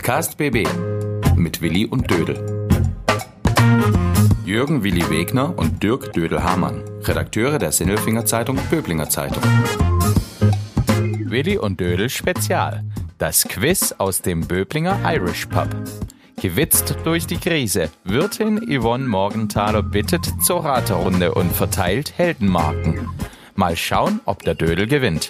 Podcast BB mit Willi und Dödel. Jürgen Willi Wegner und Dirk Dödel-Hamann, Redakteure der Sinnelfinger Zeitung Böblinger Zeitung. Willi und Dödel Spezial. Das Quiz aus dem Böblinger Irish Pub. Gewitzt durch die Krise. Wirtin Yvonne Morgenthaler bittet zur Raterunde und verteilt Heldenmarken. Mal schauen, ob der Dödel gewinnt.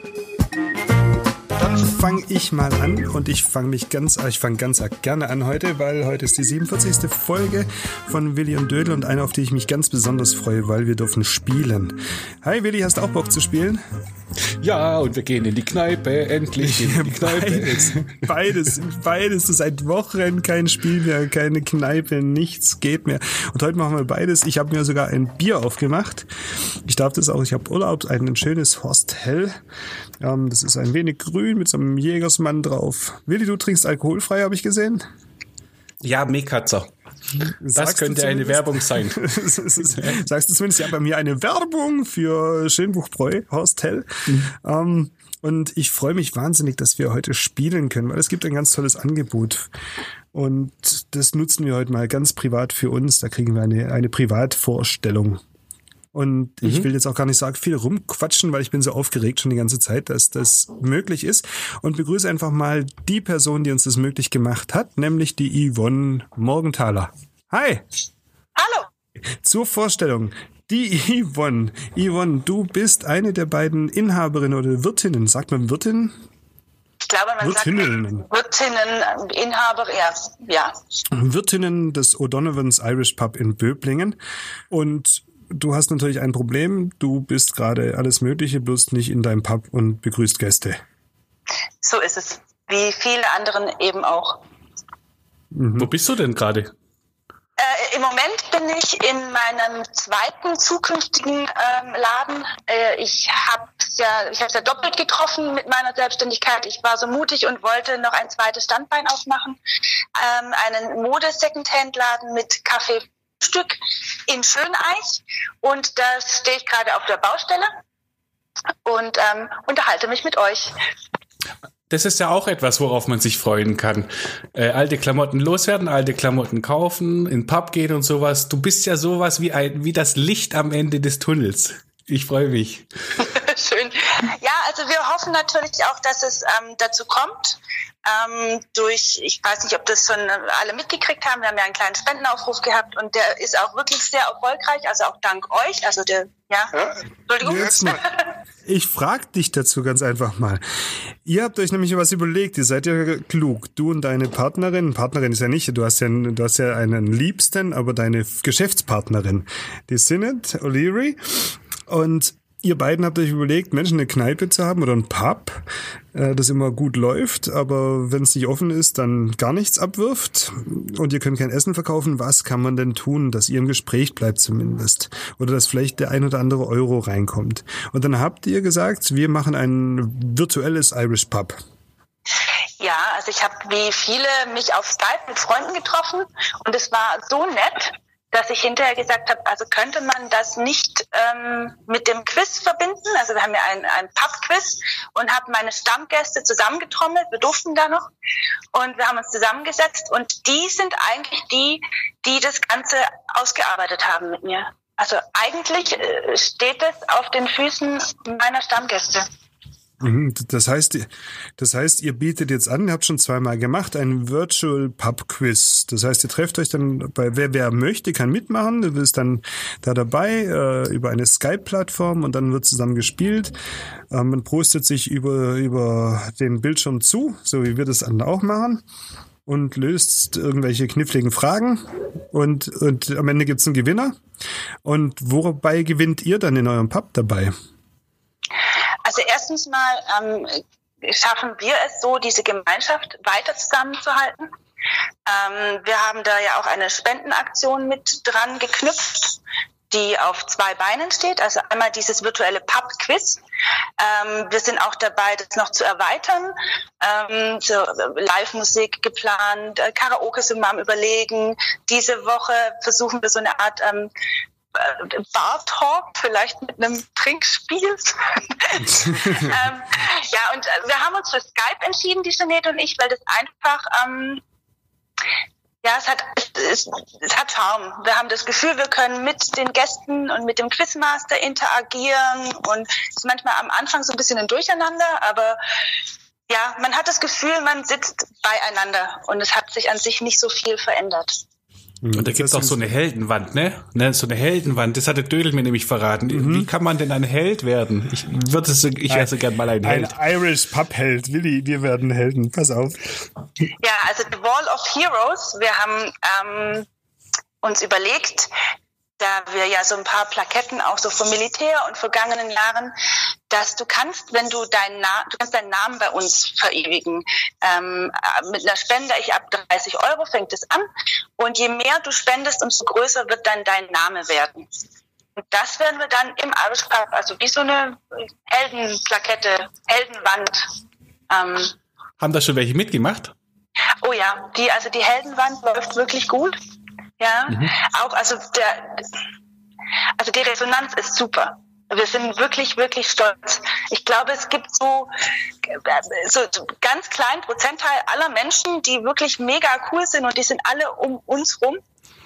Dann fange ich mal an und ich fange ganz gerne an heute, weil heute ist die 47. Folge von Willi und Dödel und eine, auf die ich mich ganz besonders freue, weil wir dürfen spielen. Hi Willi, hast du auch Bock zu spielen? Ja, und wir gehen in die Kneipe, endlich in die Kneipe. Beides, seit Wochen kein Spiel mehr, keine Kneipe, nichts geht mehr. Und heute machen wir beides. Ich habe mir sogar ein Bier aufgemacht. Ich darf das auch, ich habe Urlaub, ein schönes Horst Hell. Das ist ein wenig grün mit so einem Jägersmann drauf. Willi, du trinkst alkoholfrei, habe ich gesehen? Ja, Mekatzer. Das könnte eine Werbung sein. Sagst du zumindest, ja, bei mir eine Werbung für Schönbuchbräu, Horst Hell. Und ich freue mich wahnsinnig, dass wir heute spielen können, weil es gibt ein ganz tolles Angebot. Und das nutzen wir heute mal ganz privat für uns. Da kriegen wir eine Privatvorstellung. Und ich will jetzt auch gar nicht so viel rumquatschen, weil ich bin so aufgeregt schon die ganze Zeit, dass das möglich ist. Und begrüße einfach mal die Person, die uns das möglich gemacht hat, nämlich die Yvonne Morgenthaler. Hi! Hallo! Zur Vorstellung. Die Yvonne. Yvonne, du bist eine der beiden Inhaberinnen oder Wirtinnen. Sagt man Wirtin? Ich glaube, man Wirtinnen. sagt Wirtinnen, Inhaber, ja. Wirtinnen des O'Donovan's Irish Pub in Böblingen. Und du hast natürlich ein Problem. Du bist gerade alles Mögliche, bloß nicht in deinem Pub und begrüßt Gäste. So ist es. Wie viele anderen eben auch. Wo bist du denn gerade? Im Moment bin ich in meinem zweiten zukünftigen Laden. Ich habe ja doppelt getroffen mit meiner Selbstständigkeit. Ich war so mutig und wollte noch ein zweites Standbein aufmachen. Einen Mode-Secondhand-Laden mit Kaffee-Stück in Schöneich. Und da stehe ich gerade auf der Baustelle und unterhalte mich mit euch. Das ist ja auch etwas, worauf man sich freuen kann. Alte Klamotten loswerden, alte Klamotten kaufen, in den Pub gehen und sowas. Du bist ja sowas wie das Licht am Ende des Tunnels. Ich freue mich. Schön. Ja, also wir hoffen natürlich auch, dass es dazu kommt. Ich weiß nicht, ob das schon alle mitgekriegt haben. Wir haben ja einen kleinen Spendenaufruf gehabt und der ist auch wirklich sehr erfolgreich. Also auch dank euch. Also Entschuldigung. Jetzt mal. Ich frage dich dazu ganz einfach mal. Ihr habt euch nämlich was überlegt. Ihr seid ja klug. Du und deine Partnerin ist ja nicht. Du hast ja einen Liebsten, aber deine Geschäftspartnerin, die Sinead O'Leary. Und ihr beiden habt euch überlegt, Menschen eine Kneipe zu haben oder ein Pub, das immer gut läuft, aber wenn es nicht offen ist, dann gar nichts abwirft und ihr könnt kein Essen verkaufen. Was kann man denn tun, dass ihr im Gespräch bleibt zumindest? Oder dass vielleicht der ein oder andere Euro reinkommt? Und dann habt ihr gesagt, wir machen ein virtuelles Irish Pub. Ja, also ich habe wie viele mich auf Skype mit Freunden getroffen und es war so nett, dass ich hinterher gesagt habe, also könnte man das nicht mit dem Quiz verbinden? Also wir haben ja ein Pub-Quiz und habe meine Stammgäste zusammengetrommelt. Wir durften da noch und wir haben uns zusammengesetzt und die sind eigentlich die das Ganze ausgearbeitet haben mit mir. Also eigentlich steht es auf den Füßen meiner Stammgäste. Das heißt, ihr bietet jetzt an, ihr habt schon zweimal gemacht, ein Virtual Pub Quiz. Das heißt, ihr trefft euch dann wer möchte, kann mitmachen. Du bist dann da dabei, über eine Skype-Plattform und dann wird zusammen gespielt. Man prostet sich über den Bildschirm zu, so wie wir das dann auch machen. Und löst irgendwelche kniffligen Fragen. Und am Ende gibt's einen Gewinner. Und wobei gewinnt ihr dann in eurem Pub dabei? Also erstens mal schaffen wir es so, diese Gemeinschaft weiter zusammenzuhalten. Wir haben da ja auch eine Spendenaktion mit dran geknüpft, die auf 2 Beinen steht. Also einmal dieses virtuelle Pub-Quiz. Wir sind auch dabei, das noch zu erweitern. So Live-Musik geplant, Karaoke sind wir am Überlegen. Diese Woche versuchen wir so eine Art Bar-Talk, vielleicht mit einem Trinkspiel. Ja, und wir haben uns für Skype entschieden, die Jeanette und ich, weil das einfach, ja, es hat Charme. Wir haben das Gefühl, wir können mit den Gästen und mit dem Quizmaster interagieren und es ist manchmal am Anfang so ein bisschen ein Durcheinander, aber ja, man hat das Gefühl, man sitzt beieinander und es hat sich an sich nicht so viel verändert. Und da gibt's auch so eine Heldenwand, ne? So eine Heldenwand, das hat der Dödel mir nämlich verraten. Wie kann man denn ein Held werden? Ich wäre so gern mal ein Held. Ein Irish Pub-Held. Willi, wir werden Helden. Pass auf. Ja, also The Wall of Heroes, wir haben uns überlegt, da wir ja so ein paar Plaketten auch so vom Militär und vergangenen Jahren, dass du kannst, wenn du deinen Namen bei uns verewigen. Mit einer Spende, ab 30 € fängt es an. Und je mehr du spendest, umso größer wird dann dein Name werden. Und das werden wir dann im Irish Pub, also wie so eine Heldenplakette, Heldenwand. Haben da schon welche mitgemacht? Oh ja, die Heldenwand läuft wirklich gut. Ja, auch, also die Resonanz ist super. Wir sind wirklich, wirklich stolz. Ich glaube, es gibt so ganz kleinen Prozentteil aller Menschen, die wirklich mega cool sind und die sind alle um uns rum.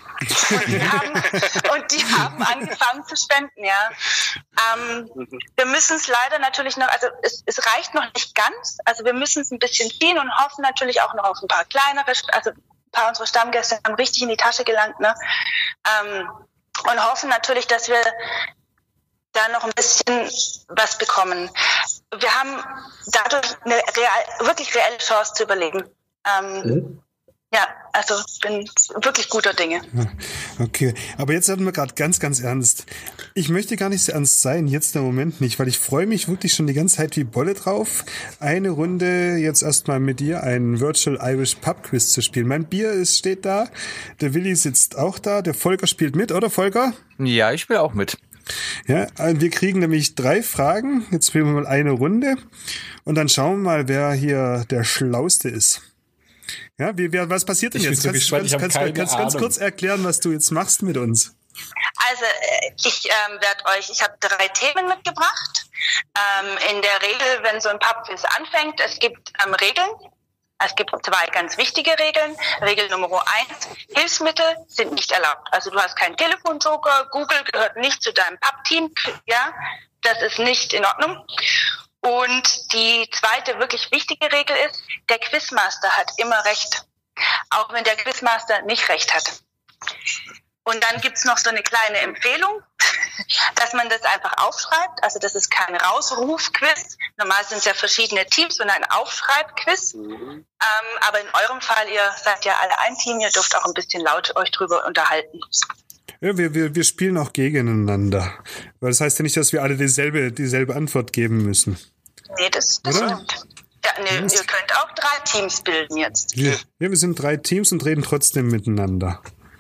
Und die haben angefangen zu spenden, ja. Wir müssen es leider natürlich noch, also es reicht noch nicht ganz. Also wir müssen es ein bisschen ziehen und hoffen natürlich auch noch auf ein paar kleinere, also ein paar unserer Stammgäste haben richtig in die Tasche gelangt, ne? Und hoffen natürlich, dass wir da noch ein bisschen was bekommen. Wir haben dadurch eine wirklich reelle Chance zu überleben. Ja, also bin wirklich guter Dinge. Okay, aber jetzt werden wir gerade ganz, ganz ernst. Ich möchte gar nicht so ernst sein, jetzt im Moment nicht, weil ich freue mich wirklich schon die ganze Zeit wie Bolle drauf, eine Runde jetzt erstmal mit dir einen Virtual Irish Pub Quiz zu spielen. Mein Bier steht da, der Willi sitzt auch da, der Volker spielt mit, oder Volker? Ja, ich spiele auch mit. Ja, wir kriegen nämlich 3 Fragen, jetzt spielen wir mal eine Runde und dann schauen wir mal, wer hier der Schlauste ist. Ja, was passiert denn jetzt? Kannst du ganz kurz erklären, was du jetzt machst mit uns? Also ich habe 3 Themen mitgebracht. In der Regel, wenn so ein Pubquiz anfängt, es gibt Regeln. Es gibt 2 ganz wichtige Regeln. Regel Nummer 1, Hilfsmittel sind nicht erlaubt. Also du hast keinen Telefonjoker, Google gehört nicht zu deinem Pub-Team. Ja, das ist nicht in Ordnung. Und die zweite wirklich wichtige Regel ist, der Quizmaster hat immer recht, auch wenn der Quizmaster nicht recht hat. Und dann gibt's noch so eine kleine Empfehlung, dass man das einfach aufschreibt. Also das ist kein Rausruf-Quiz. Normal sind es ja verschiedene Teams und ein Aufschreib-Quiz. Aber in eurem Fall, ihr seid ja alle ein Team, ihr dürft auch ein bisschen laut euch drüber unterhalten. Ja, wir spielen auch gegeneinander. Weil das heißt ja nicht, dass wir alle dieselbe Antwort geben müssen. Nee, das stimmt. Ja, nee, ihr könnt auch 3 Teams bilden jetzt. Ja, wir sind 3 Teams und reden trotzdem miteinander.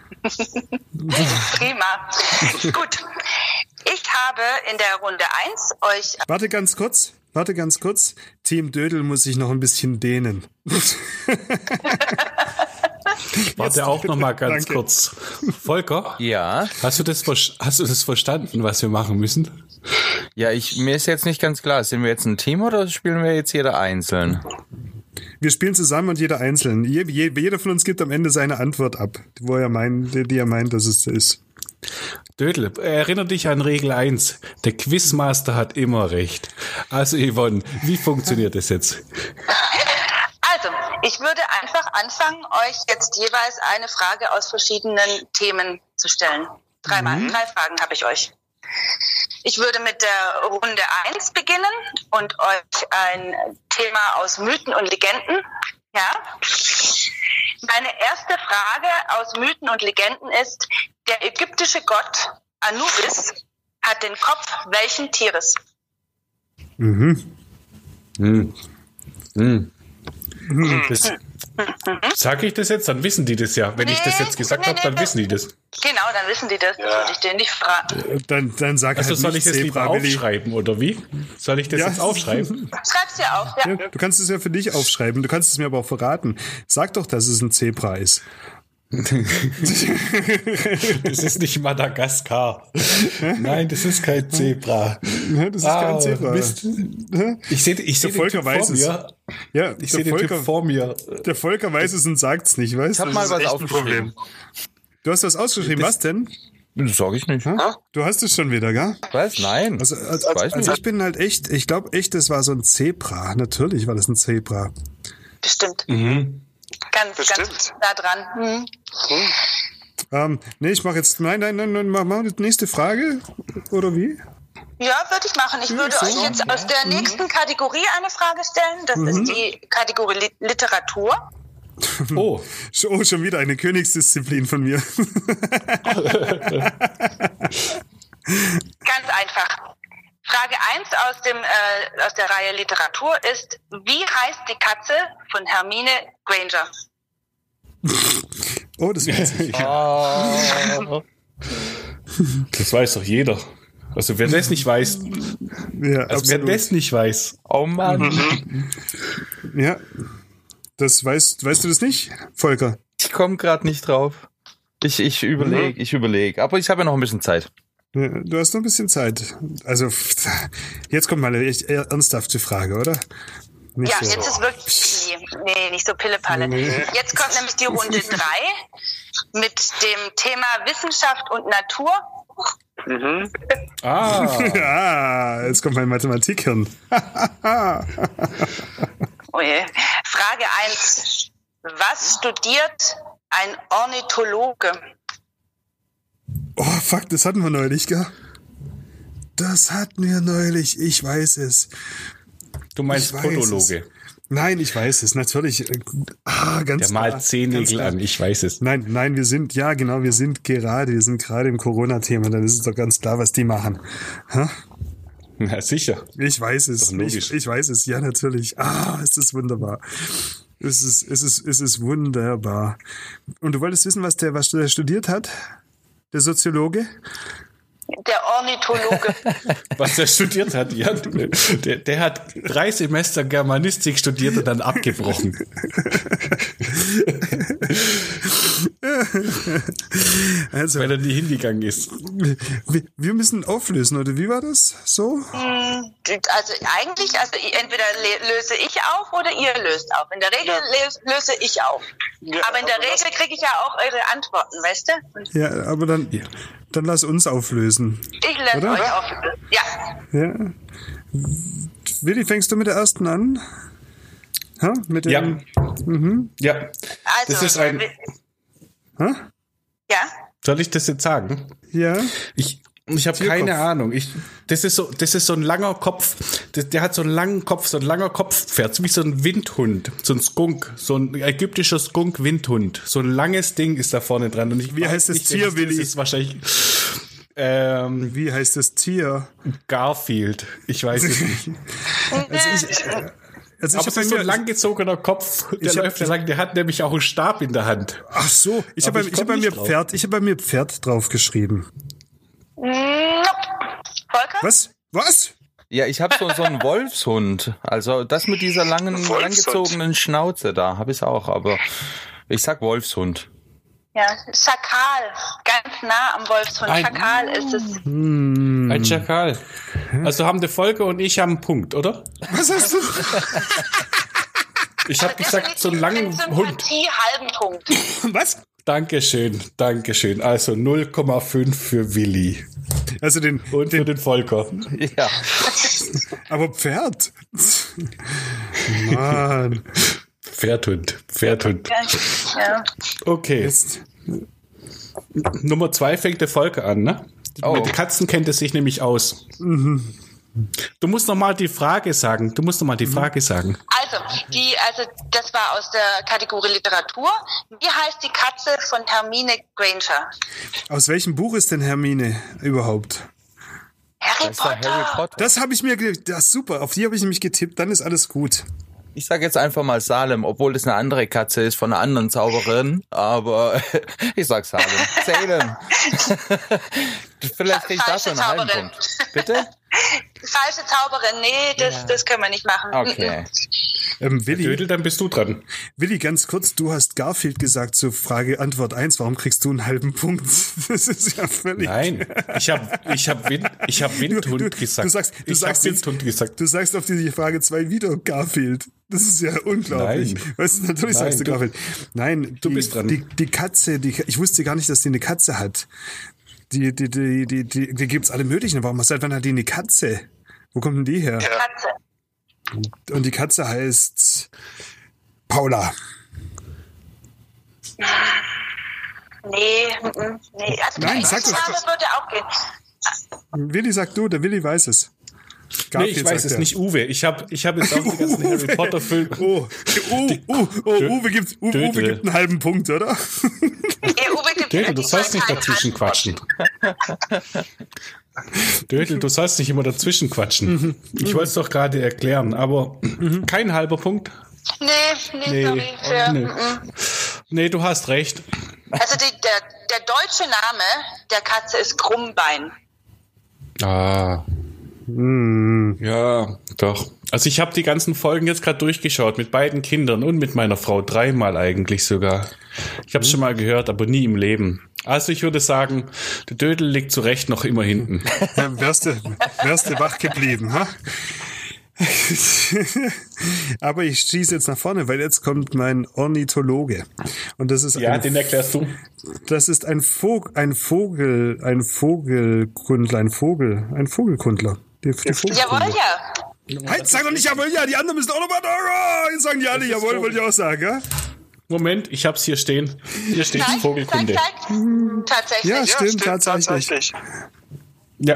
Prima. Gut. Ich habe in der Runde 1 euch... Warte ganz kurz. Team Dödel muss sich noch ein bisschen dehnen. Warte auch noch mal ganz kurz. Volker? Ja? Hast du das verstanden, was wir machen müssen? Ja, mir ist jetzt nicht ganz klar, sind wir jetzt ein Team oder spielen wir jetzt jeder einzeln? Wir spielen zusammen und jeder einzeln. Jeder von uns gibt am Ende seine Antwort ab, die er meint, dass es ist. Dödel, erinnere dich an Regel 1. Der Quizmaster hat immer recht. Also Yvonne, wie funktioniert das jetzt? Also, ich würde einfach anfangen, euch jetzt jeweils eine Frage aus verschiedenen Themen zu stellen. 3 Fragen habe ich euch. Ich würde mit der Runde 1 beginnen und euch ein Thema aus Mythen und Legenden. Ja. Meine erste Frage aus Mythen und Legenden ist, der ägyptische Gott Anubis hat den Kopf welchen Tieres? Sag ich das jetzt? Dann wissen die das ja. Wenn ich das jetzt gesagt habe, dann wissen die das. Genau, dann wissen die das. Das würde ich denen nicht fragen. Dann sag also halt soll nicht ich das Zebra, lieber aufschreiben, oder wie? Soll ich das jetzt aufschreiben? Schreib's dir auf, ja. Du kannst es ja für dich aufschreiben. Du kannst es mir aber auch verraten. Sag doch, dass es ein Zebra ist. Das ist nicht Madagaskar. Nein, das ist kein Zebra. Das ist kein Zebra. Mist. Ich sehe den Typ vor mir. Ja, Ich sehe den Typ vor mir. Der Volker weiß es und sagt's nicht, weißt du? Ich habe mal was aufgeschrieben. Du hast was ausgeschrieben, was denn? Das sag ich nicht. Du hast es schon wieder, gell? Was? Nein. Also ich bin halt echt, ich glaube echt, das war so ein Zebra. Natürlich war das ein Zebra. Bestimmt. Ganz nah dran. Nee, ich mache jetzt, nein, mach die nächste Frage, oder wie? Ja, würde ich machen. Ich würde euch jetzt aus der nächsten Kategorie eine Frage stellen. Das ist die Kategorie Literatur. Oh, schon wieder eine Königsdisziplin von mir. Ganz einfach. Frage 1 aus der Reihe Literatur ist, wie heißt die Katze von Hermine Granger? Oh, das weiß ich. das weiß doch jeder. Also wer das nicht weiß, Ja, wer das nicht weiß. Oh Mann. Ja, das weißt du das nicht, Volker? Ich komme gerade nicht drauf. Ich überlege. Aber ich habe ja noch ein bisschen Zeit. Ja, du hast noch ein bisschen Zeit. Also, jetzt kommt mal eine echt ernsthafte Frage, oder? Nicht Ja, so. jetzt ist wirklich, nicht so Pillepalle. Jetzt kommt nämlich die Runde 3 mit dem Thema Wissenschaft und Natur. Ja, jetzt kommt mein Mathematikhirn. Oh je. Frage 1. Was studiert ein Ornithologe? Oh, fuck, das hatten wir neulich, gell? Das hatten wir neulich, ich weiß es. Du meinst Ich weiß Podologe. Nein, ich weiß es, natürlich. Ganz Der klar, malt Zehennägel ganz an, ich weiß es. Nein, wir sind gerade im Corona-Thema, dann ist es doch ganz klar, was die machen. Ha? Na sicher. Ich weiß es. Doch logisch. Ich weiß es, ja, natürlich. Es ist wunderbar. Es ist wunderbar. Und du wolltest wissen, was der studiert hat? Der Soziologe? Der Ornithologe. Was der studiert hat, ja. Der hat 3 Semester Germanistik studiert und dann abgebrochen. Also, weil er nie hingegangen ist. wir müssen auflösen, oder wie war das? So? Also entweder löse ich auf oder ihr löst auf. In der Regel löse ich auf. Ja, aber in der Regel kriege ich ja auch eure Antworten, weißt du? Ja, aber dann lass uns auflösen. Ich lasse Oder? euch auflösen. Ja. Ja. Willi, fängst du mit der ersten an? Ha? Mit dem, Ja. Also, Das ist ein. Ha? ja. Soll ich das jetzt sagen? Ja. Ich habe keine Ahnung. Das ist so ein langer Kopf. Der hat so einen langen Kopf, so ein langer Kopfpferd, wie so ein Windhund, so ein Skunk, so ein ägyptischer Skunk-Windhund. So ein langes Ding ist da vorne dran. Und Wie heißt das Tier, Willi? Das ist wahrscheinlich Wie heißt das Tier? Garfield. Ich weiß es nicht. Also Aber es ist so ein langgezogener Kopf. Der hat nämlich auch einen Stab in der Hand. Ach so, ich habe bei mir Pferd draufgeschrieben. Volker? Was? Ja, ich habe so einen Wolfshund. Also das mit dieser langgezogenen Schnauze, da habe ich es auch. Aber ich sag Wolfshund. Ja, Schakal. Ganz nah am Wolfshund. Schakal ist es. Ein Schakal. Also haben der Volker und ich haben einen Punkt, oder? Was hast du? Ich habe gesagt, so einen langen Hund. Halben Punkt. Was? Dankeschön. Also 0,5 für Willi. Also und für den Volker. Ja. Aber Pferd. Mann. Pferdhund. Ja. Okay. Nummer 2 fängt der Volker an, ne? Oh. Mit Katzen kennt es sich nämlich aus. Du musst noch mal die Frage sagen. Also das war aus der Kategorie Literatur. Wie heißt die Katze von Hermine Granger? Aus welchem Buch ist denn Hermine überhaupt? Harry Das war Potter. Harry Potter. Das habe ich mir das ist super, auf die habe ich nämlich getippt, dann ist alles gut. Ich sag jetzt einfach mal Salem, obwohl das eine andere Katze ist von einer anderen Zauberin, aber ich sag Salem. Salem. Vielleicht krieg ich da schon einen halben Zauberin. Punkt. Bitte? falsche Zauberin. Nee, das können wir nicht machen. Okay. Willi, Dödel, dann bist du dran. Willi, ganz kurz, du hast Garfield gesagt zur Frage Antwort 1. Warum kriegst du einen halben Punkt? Das ist ja völlig... Nein, ich hab Windhund gesagt. Du sagst auf die Frage 2 wieder Garfield. Das ist ja unglaublich. Nein. Weißt du, natürlich sagst du Garfield. Nein, du bist dran. Die Katze, ich wusste gar nicht, dass die eine Katze hat. Die gibt's alle möglichen. Warum, seit wann hat die eine Katze? Wo kommt denn die her? Katze. Und die Katze heißt Paula. Nee. Also Nein, sag doch. Name würde auch gehen. Willi, sag du, der Willi weiß es. Garfield, ich weiß es nicht, Uwe. Ich hab jetzt auch die ganzen Harry Potter Filme. Uwe gibt einen halben Punkt, oder? Dödel, du sollst nicht dazwischen quatschen. Dödel, du sollst nicht immer dazwischen quatschen. Ich wollte es doch gerade erklären, aber kein halber Punkt. Nee, sorry. Nee, du hast recht. Also der deutsche Name der Katze ist Krummbein. Ah. Ja, doch. Also ich habe die ganzen Folgen jetzt gerade durchgeschaut mit beiden Kindern und mit meiner Frau 3-mal eigentlich sogar. Ich habe es schon mal gehört, aber nie im Leben. Also ich würde sagen, der Dödel liegt zu Recht noch immer hinten. Ja, wärst du wach geblieben, ha? Aber ich schieße jetzt nach vorne, weil jetzt kommt mein Ornithologe. Und das ist den erklärst du. Das ist ein Vogelkundler. Jawohl, ja. Halt, sag doch nicht jawohl, ja, die anderen müssen auch noch mal, jetzt sagen die alle jawohl, wollte ich auch sagen, ja? Moment, ich hab's hier stehen. Hier steht Vogelkunde. Tatsächlich. Ja, stimmt, tatsächlich. Ja.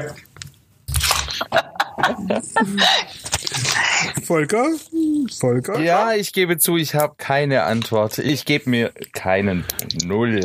Volker? Ja, ich gebe zu, ich habe keine Antwort. Ich gebe mir keinen Punkt. 0.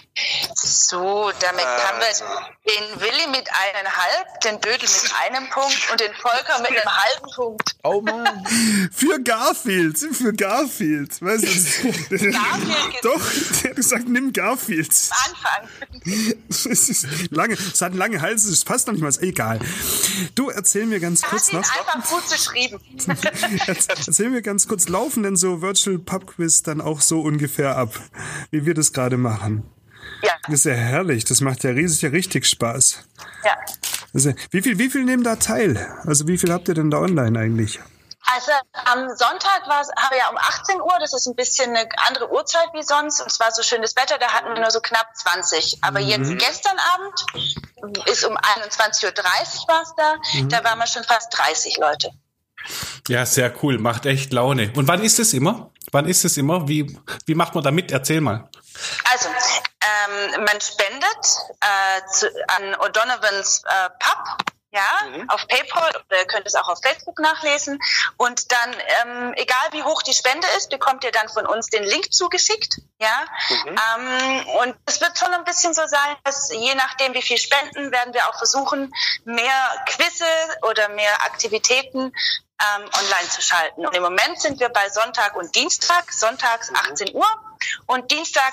So, damit haben wir den Willi mit 1,5, den Dödel mit 1 Punkt und den Volker mit einem halben Punkt. Oh Mann. Für Garfield. Weißt du, Garfield doch, der hat gesagt, nimm Garfield. Anfang. Es hat einen langen Hals, es passt noch nicht mal. Egal. Du, erzähl mir ganz kurz noch. Einfach gut geschrieben. Erzähl mir ganz kurz, laufen denn so Virtual Pub Quiz dann auch so ungefähr ab, wie wir das gerade machen? Ja. Das ist ja herrlich, das macht ja richtig Spaß. Ja. Also, wie viel nehmen da teil? Also wie viel habt ihr denn da online eigentlich? Also am Sonntag haben wir ja um 18 Uhr, das ist ein bisschen eine andere Uhrzeit wie sonst, und zwar so schönes Wetter, da hatten wir nur so knapp 20. Aber jetzt gestern Abend ist um 21.30 Uhr war es da waren wir schon fast 30 Leute. Ja, sehr cool, macht echt Laune. Und wann ist es immer? Wie macht man da mit? Erzähl mal. Also, man spendet an O'Donovans Pub, auf PayPal, oder ihr könnt es auch auf Facebook nachlesen. Und dann, egal wie hoch die Spende ist, bekommt ihr dann von uns den Link zugeschickt. Ja. Und es wird schon ein bisschen so sein, dass je nachdem, wie viel spenden, werden wir auch versuchen, mehr Quizze oder mehr Aktivitäten online zu schalten. Und im Moment sind wir bei Sonntag und Dienstag, sonntags 18 Uhr und Dienstag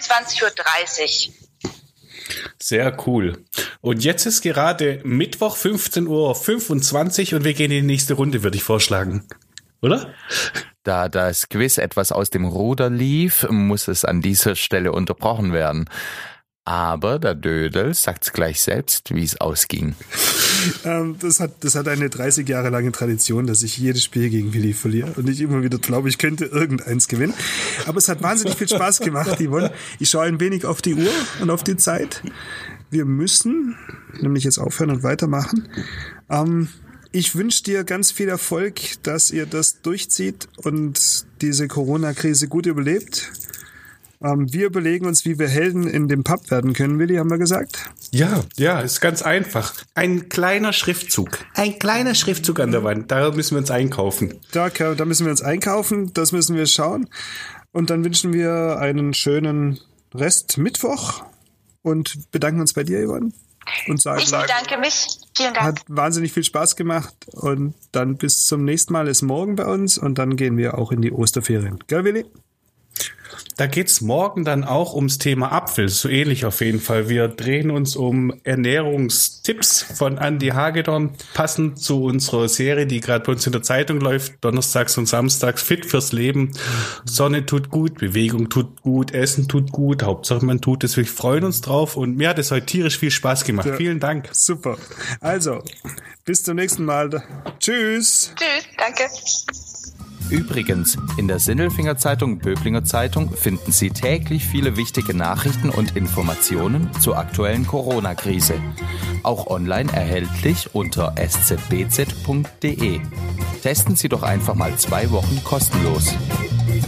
21.30 Uhr. Sehr cool. Und jetzt ist gerade Mittwoch 15.25 Uhr und wir gehen in die nächste Runde, würde ich vorschlagen. Oder? Da das Quiz etwas aus dem Ruder lief, muss es an dieser Stelle unterbrochen werden. Aber der Dödel sagt's gleich selbst, wie es ausging. Das hat eine 30 Jahre lange Tradition, dass ich jedes Spiel gegen Willi verliere und ich immer wieder glaube, ich könnte irgendeins gewinnen. Aber es hat wahnsinnig viel Spaß gemacht, Yvonne. Ich schaue ein wenig auf die Uhr und auf die Zeit. Wir müssen nämlich jetzt aufhören und weitermachen. Ich wünsche dir ganz viel Erfolg, dass ihr das durchzieht und diese Corona-Krise gut überlebt. Wir überlegen uns, wie wir Helden in dem Pub werden können, Willi, haben wir gesagt? Ja, ist ganz einfach. Ein kleiner Schriftzug an der Wand. Da müssen wir uns einkaufen. Da müssen wir uns einkaufen, das müssen wir schauen. Und dann wünschen wir einen schönen Rest Mittwoch und bedanken uns bei dir, Yvonne. Und sagen, ich bedanke mich. Vielen Dank. Hat wahnsinnig viel Spaß gemacht. Und dann bis zum nächsten Mal ist morgen bei uns und dann gehen wir auch in die Osterferien. Gell, Willi? Da geht's morgen dann auch ums Thema Apfel, so ähnlich auf jeden Fall. Wir drehen uns um Ernährungstipps von Andi Hagedorn, passend zu unserer Serie, die gerade bei uns in der Zeitung läuft, donnerstags und samstags, Fit fürs Leben. Sonne tut gut, Bewegung tut gut, Essen tut gut, Hauptsache man tut es. Wir freuen uns drauf und mir hat es heute tierisch viel Spaß gemacht. Ja, vielen Dank. Super. Also, bis zum nächsten Mal. Tschüss. Tschüss, danke. Übrigens, in der Sinnelfinger Zeitung Böblinger Zeitung finden Sie täglich viele wichtige Nachrichten und Informationen zur aktuellen Corona-Krise. Auch online erhältlich unter szbz.de. Testen Sie doch einfach mal 2 Wochen kostenlos.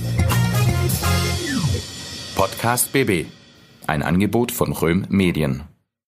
Podcast BB. Ein Angebot von Röhm Medien.